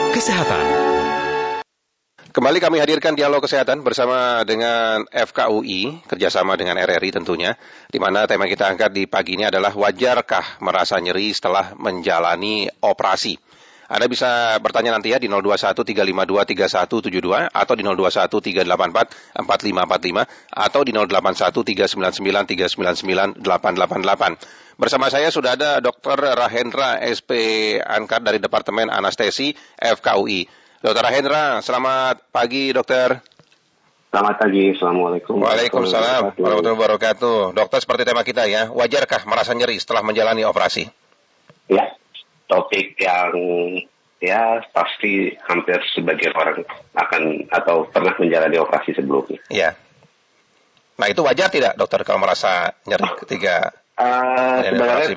Kesehatan. Kembali kami hadirkan dialog kesehatan bersama dengan FKUI, kerjasama dengan RRI tentunya, di mana tema kita angkat di pagi ini adalah wajarkah merasa nyeri setelah menjalani operasi? Anda bisa bertanya nanti ya di 021-352-3172 atau di 021-384-4545 atau di 081-399-399-888. Bersama saya sudah ada Dr. Rahendra SP Ankar dari Departemen Anestesi FKUI. Dr. Rahendra, selamat pagi dokter. Selamat pagi, Assalamualaikum. Waalaikumsalam warahmatullahi wabarakatuh. Dokter, seperti tema kita ya, wajarkah merasa nyeri setelah menjalani operasi? Ya, topik yang ya pasti hampir sebagian orang akan atau pernah menjalani operasi sebelumnya. Iya. Nah itu wajar tidak dokter kalau merasa nyeri ketika sebenarnya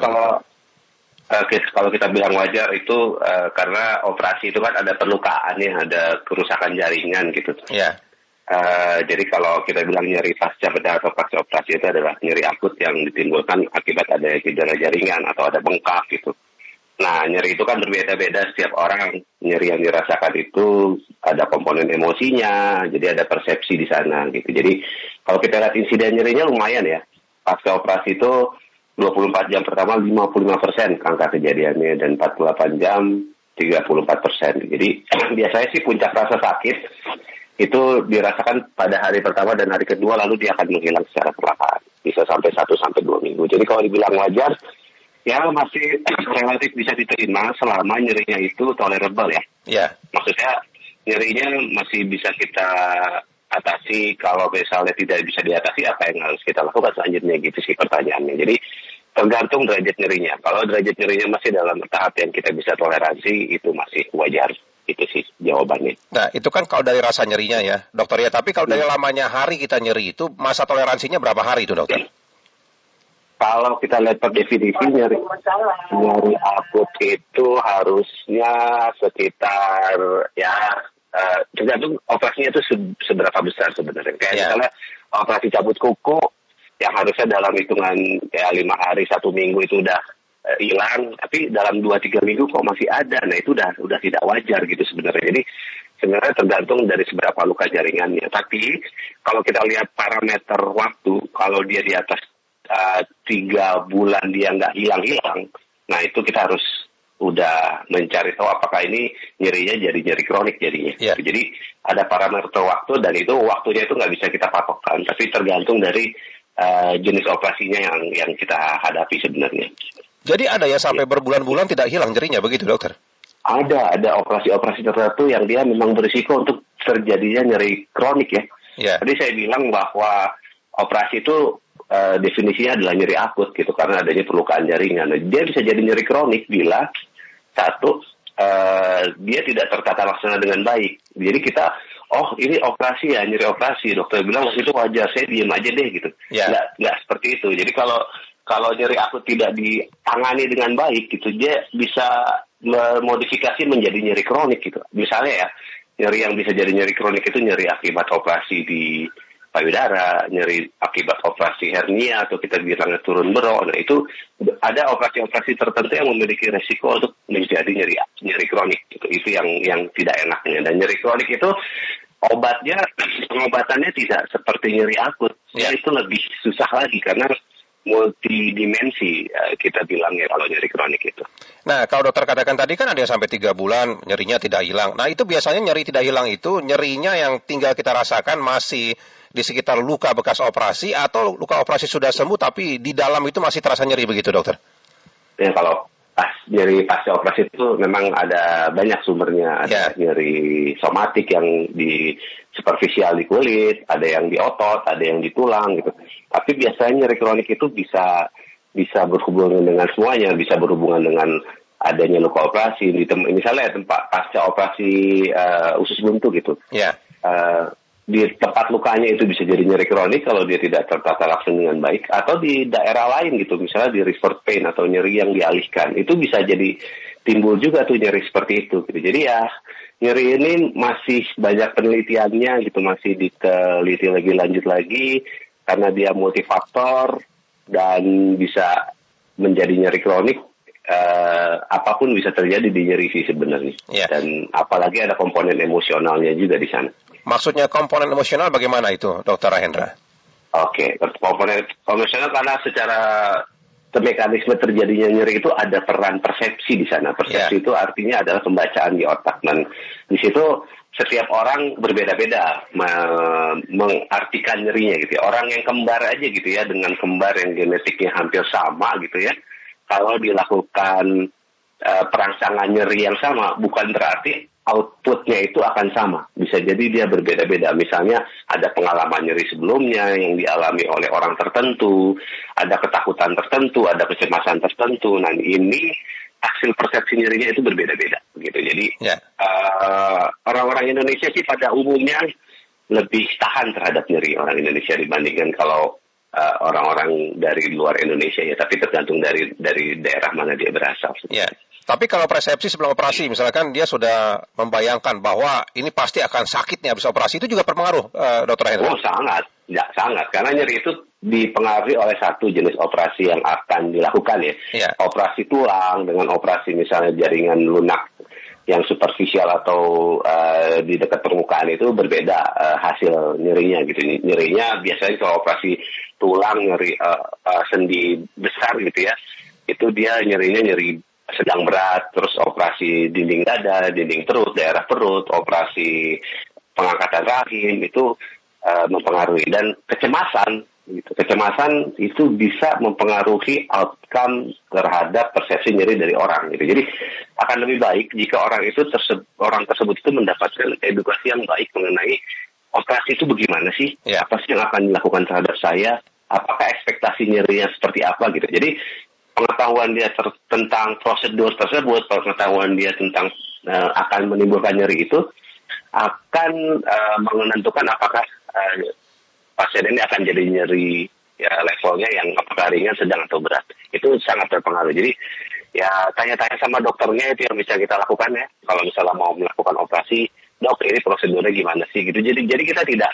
kalau kita bilang wajar itu karena operasi itu kan ada perlukaan ya, ada kerusakan jaringan gitu. Iya. Jadi kalau kita bilang nyeri pasca bedah atau pasca operasi itu adalah nyeri akut yang ditimbulkan akibat ada cedera jaringan atau ada bengkak gitu. Nah, nyeri itu kan berbeda-beda setiap orang. Nyeri yang dirasakan itu ada komponen emosinya, jadi ada persepsi di sana gitu. Jadi kalau kita lihat insiden nyerinya lumayan ya. Pasca operasi itu 24 jam pertama 55% angka kejadiannya dan 48 jam 34%. Jadi biasanya sih puncak rasa sakit itu dirasakan pada hari pertama dan hari kedua, lalu dia akan menghilang secara perlahan. Bisa sampai 1-2 minggu. Jadi kalau dibilang wajar, ya masih relatif bisa diterima selama nyerinya itu tolerable ya. Iya. Maksudnya nyerinya masih bisa kita atasi. Kalau misalnya tidak bisa diatasi, apa yang harus kita lakukan selanjutnya gitu sih pertanyaannya. Jadi tergantung derajat nyerinya. Kalau derajat nyerinya masih dalam tahap yang kita bisa toleransi, itu masih wajar. Itu sih jawabannya. Nah itu kan kalau dari rasa nyerinya ya dokter ya. Tapi kalau dari lamanya hari kita nyeri itu masa toleransinya berapa hari itu dokter? Kalau kita lihat per definisi nyeri akut itu harusnya sekitar ya tergantung operasinya itu seberapa besar sebenarnya. Kayak misalnya operasi cabut kuku yang harusnya dalam hitungan ya 5 hari 1 minggu itu udah hilang, tapi dalam 2-3 minggu kok masih ada. Nah itu udah tidak wajar gitu sebenarnya. Jadi sebenarnya tergantung dari seberapa luka jaringannya. Tapi kalau kita lihat parameter waktu, kalau dia di atas 3 bulan dia nggak hilang-hilang, nah itu kita harus udah mencari tahu apakah ini nyerinya jadi nyeri kronik jadinya. Yeah. Jadi ada parameter waktu dan itu waktunya itu nggak bisa kita patokkan, tapi tergantung dari jenis operasinya yang kita hadapi sebenarnya. Jadi ada ya sampai berbulan-bulan tidak hilang nyerinya begitu dokter? Ada operasi-operasi tertentu yang dia memang berisiko untuk terjadinya nyeri kronik ya. Yeah. Tadi saya bilang bahwa operasi itu definisinya adalah nyeri akut gitu karena adanya perlukaan jaringan. Dia bisa jadi nyeri kronik bila satu dia tidak tertata laksana dengan baik. Jadi kita ini operasi ya, nyeri operasi. Dokter bilang itu wajar, saya diem aja deh gitu. Yeah. Nggak seperti itu. Jadi kalau nyeri akut tidak ditangani dengan baik gitu, dia bisa memodifikasi menjadi nyeri kronik gitu. Misalnya ya, nyeri yang bisa jadi nyeri kronik itu nyeri akibat operasi di payudara, nyeri akibat operasi hernia atau kita bilangnya turun berok. Nah itu ada operasi-operasi tertentu yang memiliki resiko untuk menjadi nyeri kronik. Itu yang tidak enaknya. Dan nyeri kronik itu pengobatannya tidak seperti nyeri akut. Ya. Itu lebih susah lagi karena multidimensi kita bilangnya kalau nyeri kronik itu. Nah, kalau dokter katakan tadi kan ada yang sampai 3 bulan nyerinya tidak hilang. Nah, itu biasanya nyeri tidak hilang itu nyerinya yang tinggal kita rasakan masih di sekitar luka bekas operasi atau luka operasi sudah sembuh tapi di dalam itu masih terasa nyeri begitu dokter? Ya kalau nyeri pasca operasi itu memang ada banyak sumbernya. Ada nyeri somatik yang di superficial di kulit, ada yang di otot, ada yang di tulang gitu. Tapi biasanya nyeri kronik itu bisa berhubungan dengan semuanya, bisa berhubungan dengan adanya luka operasi. Misalnya tempat pasca operasi usus buntu gitu. Yeah. Di tempat lukanya itu bisa jadi nyeri kronik kalau dia tidak tertata laksana dengan baik, atau di daerah lain gitu, misalnya di referred pain atau nyeri yang dialihkan, itu bisa jadi timbul juga tuh nyeri seperti itu gitu. Jadi ya nyeri ini masih banyak penelitiannya gitu, masih diteliti lanjut lagi karena dia multifaktor dan bisa menjadi nyeri kronik apapun bisa terjadi di nyeri sih sebenarnya. Dan apalagi ada komponen emosionalnya juga di sana. Maksudnya komponen emosional bagaimana itu, Dr. Hendra? Oke, komponen emosional karena secara mekanisme terjadinya nyeri itu ada peran persepsi di sana. Persepsi itu artinya adalah pembacaan di otak, dan di situ setiap orang berbeda-beda mengartikan nyerinya gitu ya. Orang yang kembar aja gitu ya, dengan kembar yang genetiknya hampir sama gitu ya, kalau dilakukan perangsangan nyeri yang sama, bukan berarti outputnya itu akan sama. Bisa jadi dia berbeda-beda. Misalnya ada pengalaman nyeri sebelumnya yang dialami oleh orang tertentu, ada ketakutan tertentu, ada kecemasan tertentu. Nah, ini hasil persepsi nyerinya itu berbeda-beda. Gitu. Jadi orang-orang Indonesia sih pada umumnya lebih tahan terhadap nyeri orang Indonesia dibandingkan kalau orang-orang dari luar Indonesia ya. Tapi tergantung dari daerah mana dia berasal. Tapi kalau persepsi sebelum operasi, misalkan dia sudah membayangkan bahwa ini pasti akan sakitnya habis operasi, itu juga berpengaruh, Dr. Hendra? Oh, sangat. Ya, sangat. Karena nyeri itu dipengaruhi oleh satu jenis operasi yang akan dilakukan ya. Operasi tulang dengan operasi misalnya jaringan lunak yang superficial atau di dekat permukaan itu berbeda hasil nyerinya gitu. Nyerinya biasanya kalau operasi tulang, nyeri sendi besar gitu ya, itu dia nyerinya nyeri sedang berat, terus operasi dinding dada, dinding perut, daerah perut, operasi pengangkatan rahim itu mempengaruhi. Dan kecemasan itu bisa mempengaruhi outcome terhadap persepsi nyeri dari orang gitu. Jadi akan lebih baik jika orang tersebut itu mendapatkan edukasi yang baik mengenai operasi itu bagaimana sih, apa sih yang akan dilakukan terhadap saya, apakah ekspektasi nyerinya seperti apa gitu. Jadi pengetahuan dia tentang prosedur tersebut, pengetahuan dia tentang akan menimbulkan nyeri itu akan menentukan apakah pasien ini akan jadi nyeri levelnya yang apakah ringan, sedang atau berat. Itu sangat berpengaruh. Jadi ya tanya-tanya sama dokternya itu yang bisa kita lakukan ya. Kalau misalnya mau melakukan operasi, dok ini prosedurnya gimana sih gitu. Jadi kita tidak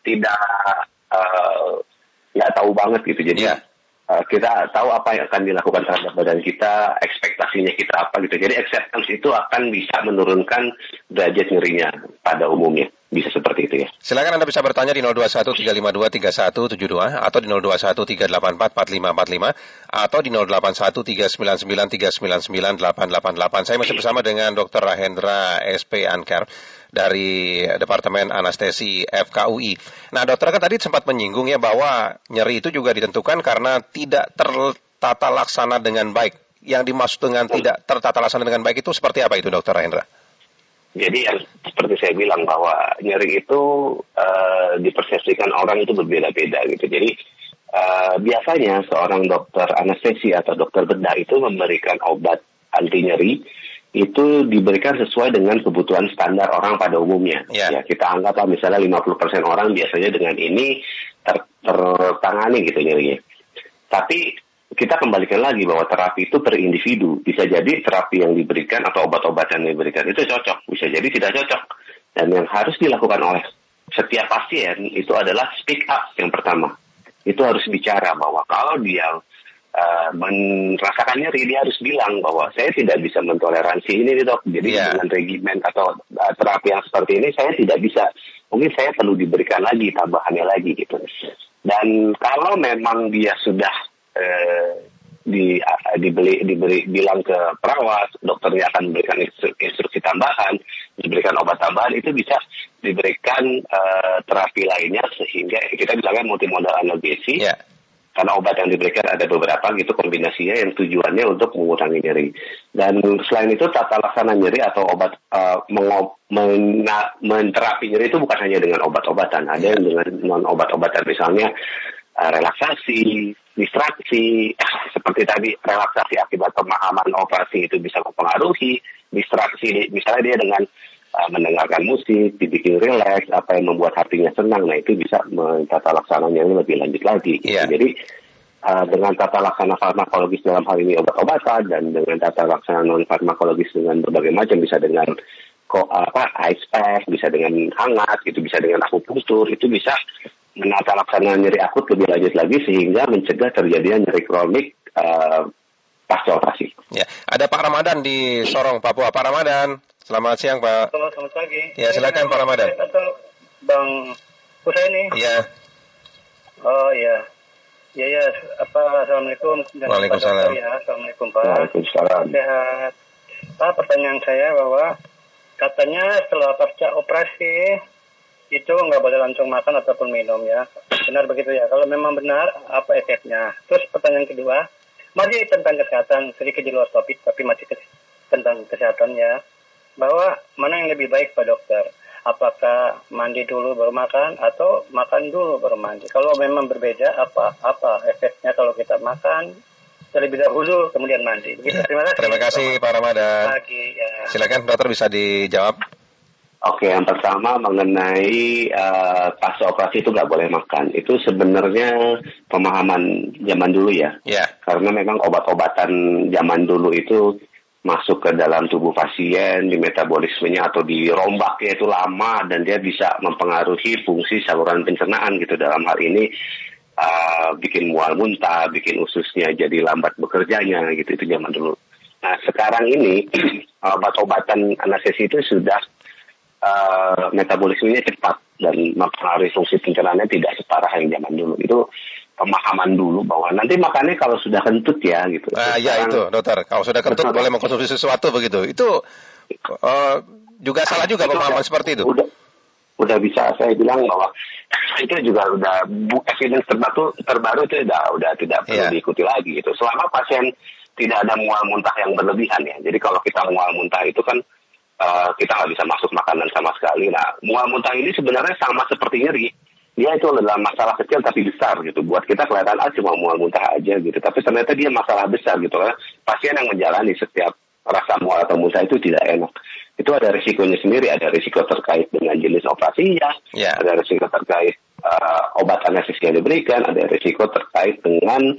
nggak tahu banget gitu. Jadi kita tahu apa yang akan dilakukan terhadap badan kita, ekspektasinya kita apa gitu. Jadi acceptance itu akan bisa menurunkan derajat nyerinya pada umumnya. Bisa seperti itu ya. Silakan Anda bisa bertanya di 0213523172 atau di 0213844545 atau di 081399399888. Saya masih bersama dengan Dr. Hendra SP Anker dari Departemen Anestesi FKUI. Nah, dokter kan tadi sempat menyinggung ya bahwa nyeri itu juga ditentukan karena tidak tertata laksana dengan baik. Yang dimaksud dengan tidak tertata laksana dengan baik itu seperti apa itu, Dr. Hendra? Jadi seperti saya bilang bahwa nyeri itu dipersepsikan orang itu berbeda-beda gitu. Jadi biasanya seorang dokter anestesi atau dokter bedah itu memberikan obat anti nyeri itu diberikan sesuai dengan kebutuhan standar orang pada umumnya. Ya, kita anggaplah misalnya 50% orang biasanya dengan ini tertangani gitu nyerinya. Tapi kita kembalikan lagi bahwa terapi itu per individu. Bisa jadi terapi yang diberikan atau obat-obatan yang diberikan itu cocok, bisa jadi tidak cocok. Dan yang harus dilakukan oleh setiap pasien itu adalah speak up yang pertama. Itu harus bicara bahwa kalau dia merasakan nyeri, dia harus bilang bahwa saya tidak bisa mentoleransi ini dok. Jadi dengan regimen atau terapi yang seperti ini saya tidak bisa. Mungkin saya perlu diberikan lagi, tambahannya lagi gitu. Dan kalau memang dia sudah bilang ke perawat, dokternya akan memberikan instruksi tambahan, diberikan obat tambahan, itu bisa diberikan terapi lainnya sehingga kita bilangnya multimodal analgesi. Karena obat yang diberikan ada beberapa gitu kombinasinya yang tujuannya untuk mengurangi nyeri. Dan selain itu tata laksana nyeri atau obat menterapi nyeri itu bukan hanya dengan obat-obatan, ada yang dengan non obat-obatan, misalnya relaksasi, distraksi, seperti tadi relaksasi akibat pemahaman operasi itu bisa mempengaruhi, distraksi misalnya dia dengan mendengarkan musik, dibikin rileks, apa yang membuat hatinya senang, nah itu bisa tata laksananya lebih lanjut lagi. Jadi dengan tata laksana farmakologis dalam hal ini obat-obatan dan dengan tata laksana non farmakologis dengan berbagai macam, bisa dengan ice pack, bisa dengan hangat, itu bisa dengan akupunktur, itu bisa menata laksana nyeri akut lebih lanjut lagi sehingga mencegah terjadinya nyeri kronik pasca operasi. Ya, ada Pak Ramadan di Sorong, Papua. Pak Ramadan, selamat siang Pak. Selamat pagi. Ya, silakan Pak Ramadan. Atau Bang Husaini? Iya. Oh iya. Ya. Assalamualaikum. Waalaikumsalam. Ya, assalamualaikum Pak. Waalaikumsalam. Sehat. Pak, pertanyaan saya bahwa katanya setelah pasca operasi itu nggak boleh langsung makan ataupun minum ya. Benar begitu ya? Kalau memang benar, apa efeknya? Terus pertanyaan kedua, masih tentang kesehatan, sedikit di luar topik, tapi masih tentang kesehatan ya. Bahwa mana yang lebih baik Pak Dokter? Apakah mandi dulu baru makan atau makan dulu baru mandi? Kalau memang berbeda, apa efeknya kalau kita makan terlebih dahulu kemudian mandi? Begitu, Ya, terima kasih. terima kasih Pak Ramadan. Pagi, ya. Silakan dokter bisa dijawab. Oke, yang pertama mengenai pasca operasi itu nggak boleh makan. Itu sebenarnya pemahaman zaman dulu ya. Ya. Karena memang obat-obatan zaman dulu itu masuk ke dalam tubuh pasien, di metabolismenya atau dirombaknya itu lama dan dia bisa mempengaruhi fungsi saluran pencernaan gitu. Dalam hal ini bikin mual muntah, bikin ususnya jadi lambat bekerjanya gitu. Itu zaman dulu. Nah sekarang ini obat-obatan anestesi itu sudah metabolismenya cepat dan mempengaruhi fungsi pencernaannya tidak separah yang zaman dulu. Itu pemahaman dulu bahwa nanti makannya kalau sudah kentut ya gitu. Ya itu dokter, kalau sudah kentut boleh mengkonsumsi sesuatu begitu. Itu juga salah juga pemahaman seperti itu. Udah bisa saya bilang bahwa itu juga udah evidence terbaru itu udah tidak perlu diikuti lagi gitu. Selama pasien tidak ada mual muntah yang berlebihan ya. Jadi kalau kita mual muntah itu kan kita nggak bisa masuk makanan sama sekali. Nah, mual muntah ini sebenarnya sama seperti nyeri. Dia itu adalah masalah kecil tapi besar gitu. Buat kita kelihatan cuma mual muntah aja gitu. Tapi ternyata dia masalah besar gitu. Karena pasien yang menjalani setiap rasa mual atau muntah itu tidak enak. Itu ada risikonya sendiri. Ada risiko terkait dengan jenis operasinya. Ada risiko terkait obat anestesi yang diberikan. Ada risiko terkait dengan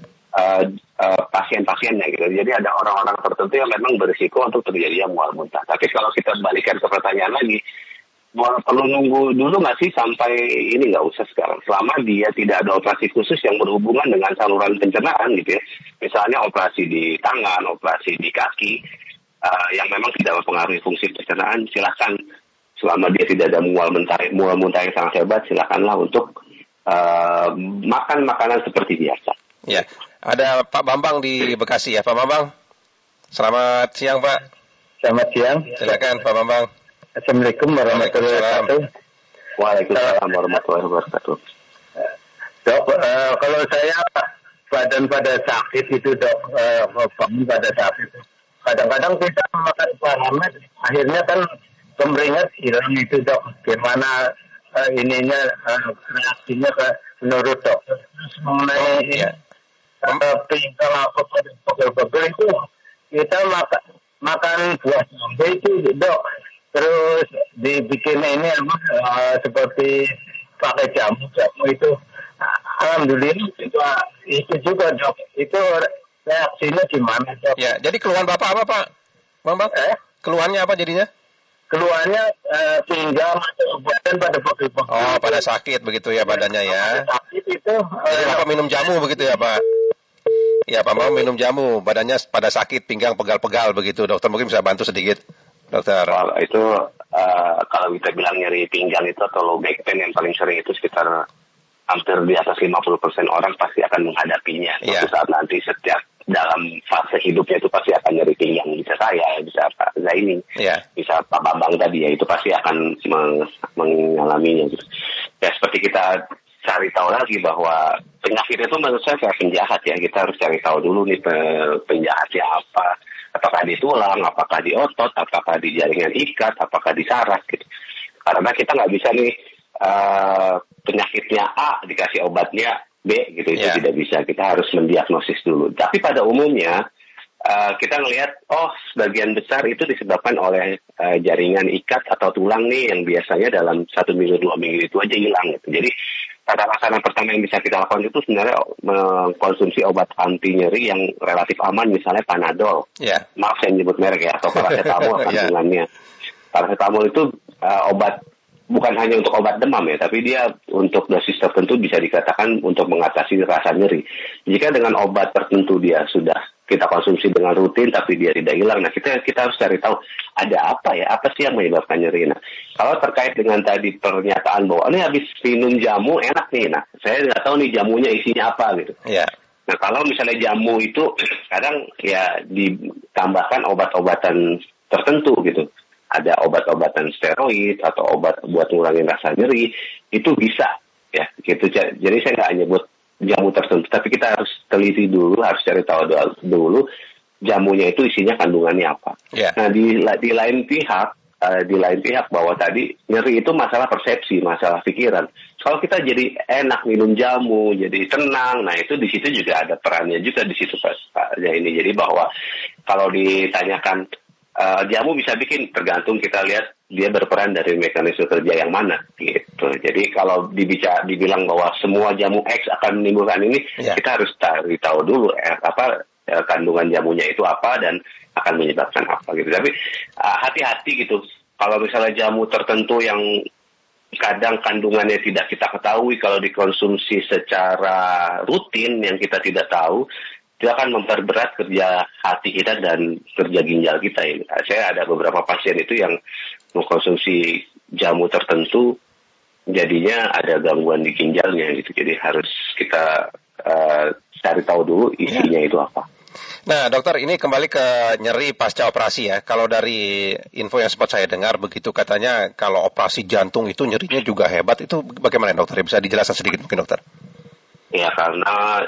pasien-pasiennya gitu. Jadi ada orang-orang tertentu yang memang berisiko untuk terjadinya mual muntah. Tapi kalau kita balikan ke pertanyaan lagi, perlu nunggu dulu nggak sih sampai ini? Nggak usah sekarang. Selama dia tidak ada operasi khusus yang berhubungan dengan saluran pencernaan gitu ya. Misalnya operasi di tangan, operasi di kaki, yang memang tidak mempengaruhi fungsi pencernaan, silakan. Selama dia tidak ada mual muntah yang sangat hebat, silakanlah untuk makan makanan seperti biasa. Ya. Ada Pak Bambang di Bekasi ya, Pak Bambang. Selamat siang Pak. Selamat siang. Silakan Pak Bambang. Assalamualaikum warahmatullahi wabarakatuh. Waalaikumsalam warahmatullahi wabarakatuh. Dok, kalau saya badan pada sakit itu dok, bangun pada sakit. Kadang-kadang kita makan paramet, akhirnya kan pemeringat hilang itu dok. Gimana reaksinya menurut dok? Mengenai pinggang apa pegel-pegel itu kita makan buah jambe itu dok, terus dibikin ini seperti pakai jamu itu, alhamdulillah itu juga dok. Itu reaksinya gimana dok? Ya, jadi keluhan bapak apa Pak Bambang? Keluhannya apa jadinya? Keluhannya pinggang atau badan pada pegel-pegel. Oh, pada sakit begitu ya badannya ya. Pada sakit itu. Jadi Bapak minum jamu begitu ya Pak? Ya Pak mau minum jamu, badannya pada sakit, pinggang pegal-pegal begitu. Dokter mungkin bisa bantu sedikit, dokter. Itu kalau kita bilang nyeri pinggang itu atau low back pain yang paling sering itu sekitar hampir di atas 50% orang pasti akan menghadapinya. Suatu saat nanti setiap dalam fase hidupnya itu pasti akan nyeri pinggang. Bisa saya, bisa Pak Zaini, bisa Pak Bambang tadi ya, itu pasti akan mengalaminya. Gitu. Ya seperti kita cari tahu lagi bahwa penyakit itu menurut saya kayak penjahat ya. Kita harus cari tahu dulu nih penjahatnya apa. Apakah di tulang, apakah di otot, apakah di jaringan ikat, apakah di saraf gitu. Karena kita nggak bisa nih penyakitnya A dikasih obatnya B gitu, itu tidak bisa. Kita harus mendiagnosis dulu. Tapi pada umumnya kita ngelihat sebagian besar itu disebabkan oleh jaringan ikat atau tulang nih yang biasanya dalam 1 minggu 2 minggu itu aja hilang gitu. Jadi pada laksana pertama yang bisa kita lakukan itu sebenarnya mengkonsumsi obat anti nyeri yang relatif aman, misalnya Panadol. Maaf saya menyebut merek ya, atau paracetamol kandungannya. Paracetamol itu obat bukan hanya untuk obat demam ya, tapi dia untuk dosis tertentu bisa dikatakan untuk mengatasi rasa nyeri. Jika dengan obat tertentu dia sudah kita konsumsi dengan rutin tapi dia tidak hilang. Nah, kita harus cari tahu ada apa sih yang menyebabkan nyeri. Nah, kalau terkait dengan tadi pernyataan bahwa ini habis minum jamu enak nih, nah saya nggak tahu nih jamunya isinya apa gitu. Yeah. Nah, kalau misalnya jamu itu kadang ya ditambahkan obat-obatan tertentu gitu. Ada obat-obatan steroid atau obat buat ngurangin rasa nyeri, itu bisa ya gitu. Jadi saya nggak hanya buat jamu tertentu, tapi kita harus teliti dulu, harus cari tahu dulu jamunya itu isinya kandungannya apa. Yeah. Nah, di lain pihak bahwa tadi nyeri itu masalah persepsi, masalah pikiran. Kalau kita jadi enak minum jamu, jadi tenang, nah itu di situ juga ada perannya juga di situ Pak. Ya ini jadi bahwa kalau ditanyakan jamu bisa bikin, tergantung kita lihat dia berperan dari mekanisme kerja yang mana gitu. Jadi kalau dibilang bahwa semua jamu X akan menimbulkan ini, kita harus cari tahu dulu kandungan jamunya itu apa dan akan menyebabkan apa gitu. Tapi hati-hati gitu. Kalau misalnya jamu tertentu yang kadang kandungannya tidak kita ketahui, kalau dikonsumsi secara rutin yang kita tidak tahu, itu akan memperberat kerja hati kita dan kerja ginjal kita. Saya ada beberapa pasien itu yang mengkonsumsi jamu tertentu, jadinya ada gangguan di ginjalnya gitu. Jadi harus kita cari tahu dulu isinya itu apa. Nah, dokter, ini kembali ke nyeri pasca operasi ya. Kalau dari info yang sempat saya dengar begitu, katanya kalau operasi jantung itu nyerinya juga hebat. Itu bagaimana dokter? Bisa dijelaskan sedikit mungkin dokter? Ya, karena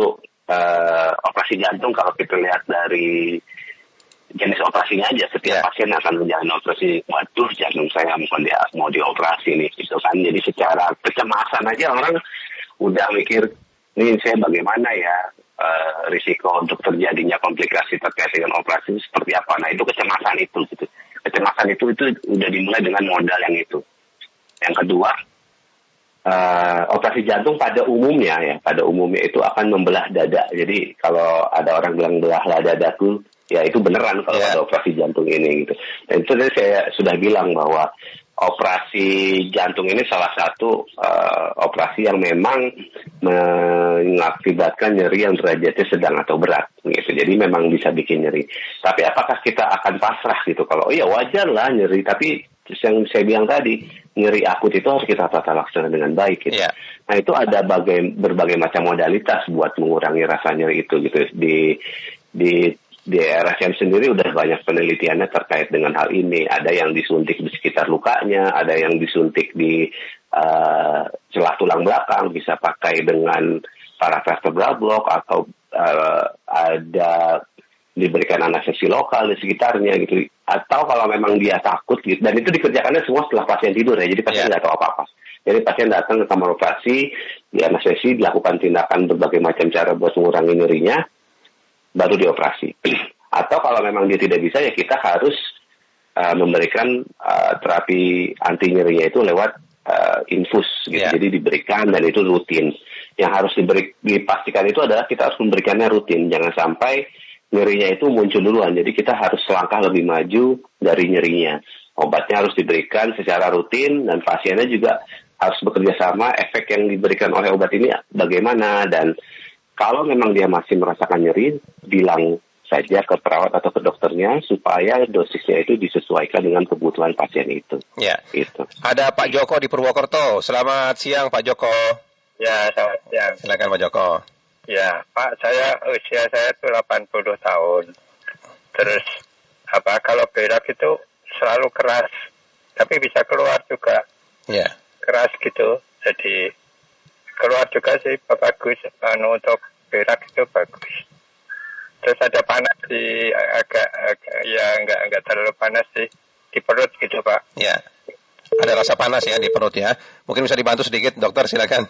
operasi jantung kalau kita lihat dari jenis operasinya aja, setiap pasien akan menjalani operasi, waduh jantung saya mau dioperasi nih gitu kan. Jadi secara kecemasan aja orang udah mikir, nih saya bagaimana ya risiko untuk terjadinya komplikasi terkait dengan operasi seperti apa. Nah itu kecemasan itu gitu. Kecemasan itu udah dimulai dengan modal yang itu. Yang kedua, operasi jantung pada umumnya itu akan membelah dada. Jadi kalau ada orang bilang belahlah dadaku, ya itu beneran kalau ada operasi jantung ini gitu. Dan itu saya sudah bilang bahwa operasi jantung ini salah satu operasi yang memang mengakibatkan nyeri yang derajatnya sedang atau berat gitu. Jadi memang bisa bikin nyeri. Tapi apakah kita akan pasrah gitu? Kalau wajar lah nyeri, tapi yang saya bilang tadi, nyeri akut itu harus kita tata laksana dengan baik gitu. Yeah. Nah itu ada berbagai macam modalitas buat mengurangi rasa nyeri itu gitu. Di RSM sendiri udah banyak penelitiannya terkait dengan hal ini. Ada yang disuntik di sekitar lukanya, ada yang disuntik di celah tulang belakang, bisa pakai dengan paravertebral block, atau ada diberikan anestesi lokal di sekitarnya gitu. Atau kalau memang dia takut gitu, dan itu dikerjakannya semua setelah pasien tidur ya, jadi pasien nggak tahu apa-apa. Jadi pasien datang ke kamar operasi, di anestesi, dilakukan tindakan berbagai macam cara buat mengurangi nyerinya, baru dioperasi. Atau kalau memang dia tidak bisa, ya kita harus memberikan terapi anti nyerinya itu lewat infus gitu. Jadi diberikan dan itu rutin. Yang harus dipastikan itu adalah kita harus memberikannya rutin, jangan sampai nyerinya itu muncul duluan. Jadi kita harus selangkah lebih maju dari nyerinya. Obatnya harus diberikan secara rutin dan pasiennya juga harus bekerja sama. Efek yang diberikan oleh obat ini bagaimana, dan kalau memang dia masih merasakan nyeri, bilang saja ke perawat atau ke dokternya supaya dosisnya itu disesuaikan dengan kebutuhan pasien itu. Ya. Itu. Ada Pak Joko di Purwokerto. Selamat siang Pak Joko. Ya, selamat siang. Silakan Pak Joko. Ya, Pak, usia saya itu 80 tahun. Terus kalau berak itu selalu keras, tapi bisa keluar juga. Ya. Keras gitu. Jadi keluar juga sih bagus, untuk berak itu bagus. Terus ada panas di agak ya enggak terlalu panas sih di perut gitu Pak. Ya, ada rasa panas ya di perut ya. Mungkin bisa dibantu sedikit dokter, silakan.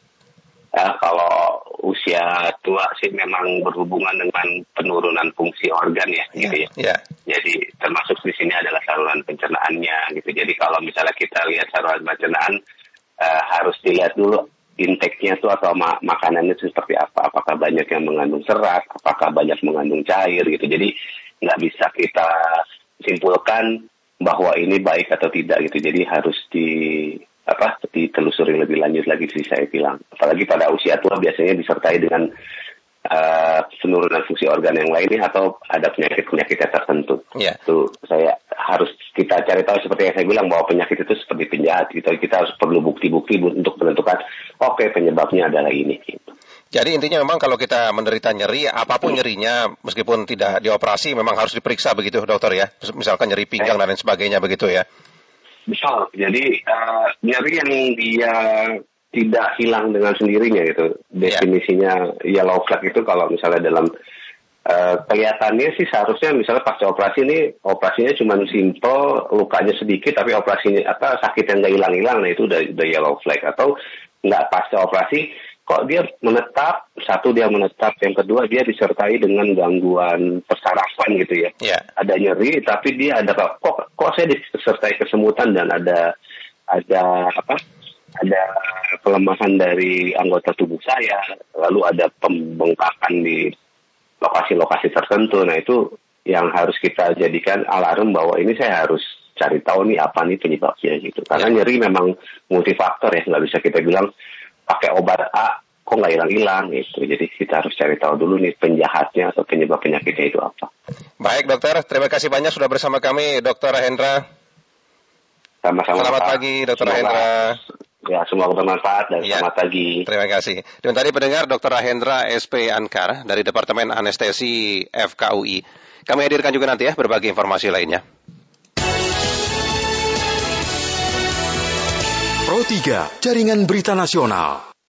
Kalau usia tua sih memang berhubungan dengan penurunan fungsi organ ya gitu ya. Yeah. Jadi termasuk di sini adalah saluran pencernaannya gitu. Jadi kalau misalnya kita lihat saluran pencernaan, harus dilihat dulu intake-nya itu atau makanannya seperti apa. Apakah banyak yang mengandung serat, apakah banyak mengandung cair gitu. Jadi nggak bisa kita simpulkan bahwa ini baik atau tidak gitu. Jadi harus ditelusuri lebih lanjut lagi sih saya bilang. Apalagi pada usia tua biasanya disertai dengan penurunan fungsi organ yang lainnya atau ada penyakit-penyakit tertentu. Yeah. Itu kita cari tahu, seperti yang saya bilang, bahwa penyakit itu seperti penjahat gitu. Kita harus perlu bukti-bukti untuk menentukan oke, penyebabnya adalah ini gitu. Jadi intinya memang kalau kita menderita nyeri, apapun nyerinya, meskipun tidak dioperasi, memang harus diperiksa begitu dokter ya? Misalkan nyeri pinggang dan lain sebagainya begitu ya? Betul, jadi nyeri yang dia tidak hilang dengan sendirinya gitu. Definisinya yellow flag itu kalau misalnya dalam kelihatannya sih seharusnya misalnya pasca operasi ini, operasinya cuma simple, lukanya sedikit, tapi operasinya sakit yang nggak hilang-hilang, nah itu udah yellow flag. Atau nggak pasca operasi, kok dia menetap, yang kedua dia disertai dengan gangguan persarafan gitu ya. Yeah. Ada nyeri, tapi dia ada kok saya disertai kesemutan dan ada pelemahan dari anggota tubuh saya, lalu ada pembengkakan di lokasi-lokasi tertentu. Nah itu yang harus kita jadikan alarm bahwa ini saya harus cari tahu nih apa nih penyebabnya gitu. Karena nyeri memang multifaktor ya, nggak bisa kita bilang pakai obat A kok nggak hilang-hilang gitu. Jadi kita harus cari tahu dulu nih penjahatnya atau penyebab penyakitnya itu apa. Baik dokter, terima kasih banyak sudah bersama kami, Dr. Hendra. Sama-sama. Selamat pagi, Dr. Hendra. Ya, semoga bermanfaat dan selamat pagi. Terima kasih. Dan tadi pendengar Dr. Hendra SP Ankar dari Departemen Anestesi FKUI. Kami hadirkan juga nanti ya berbagai informasi lainnya. Pro 3, Jaringan Berita Nasional.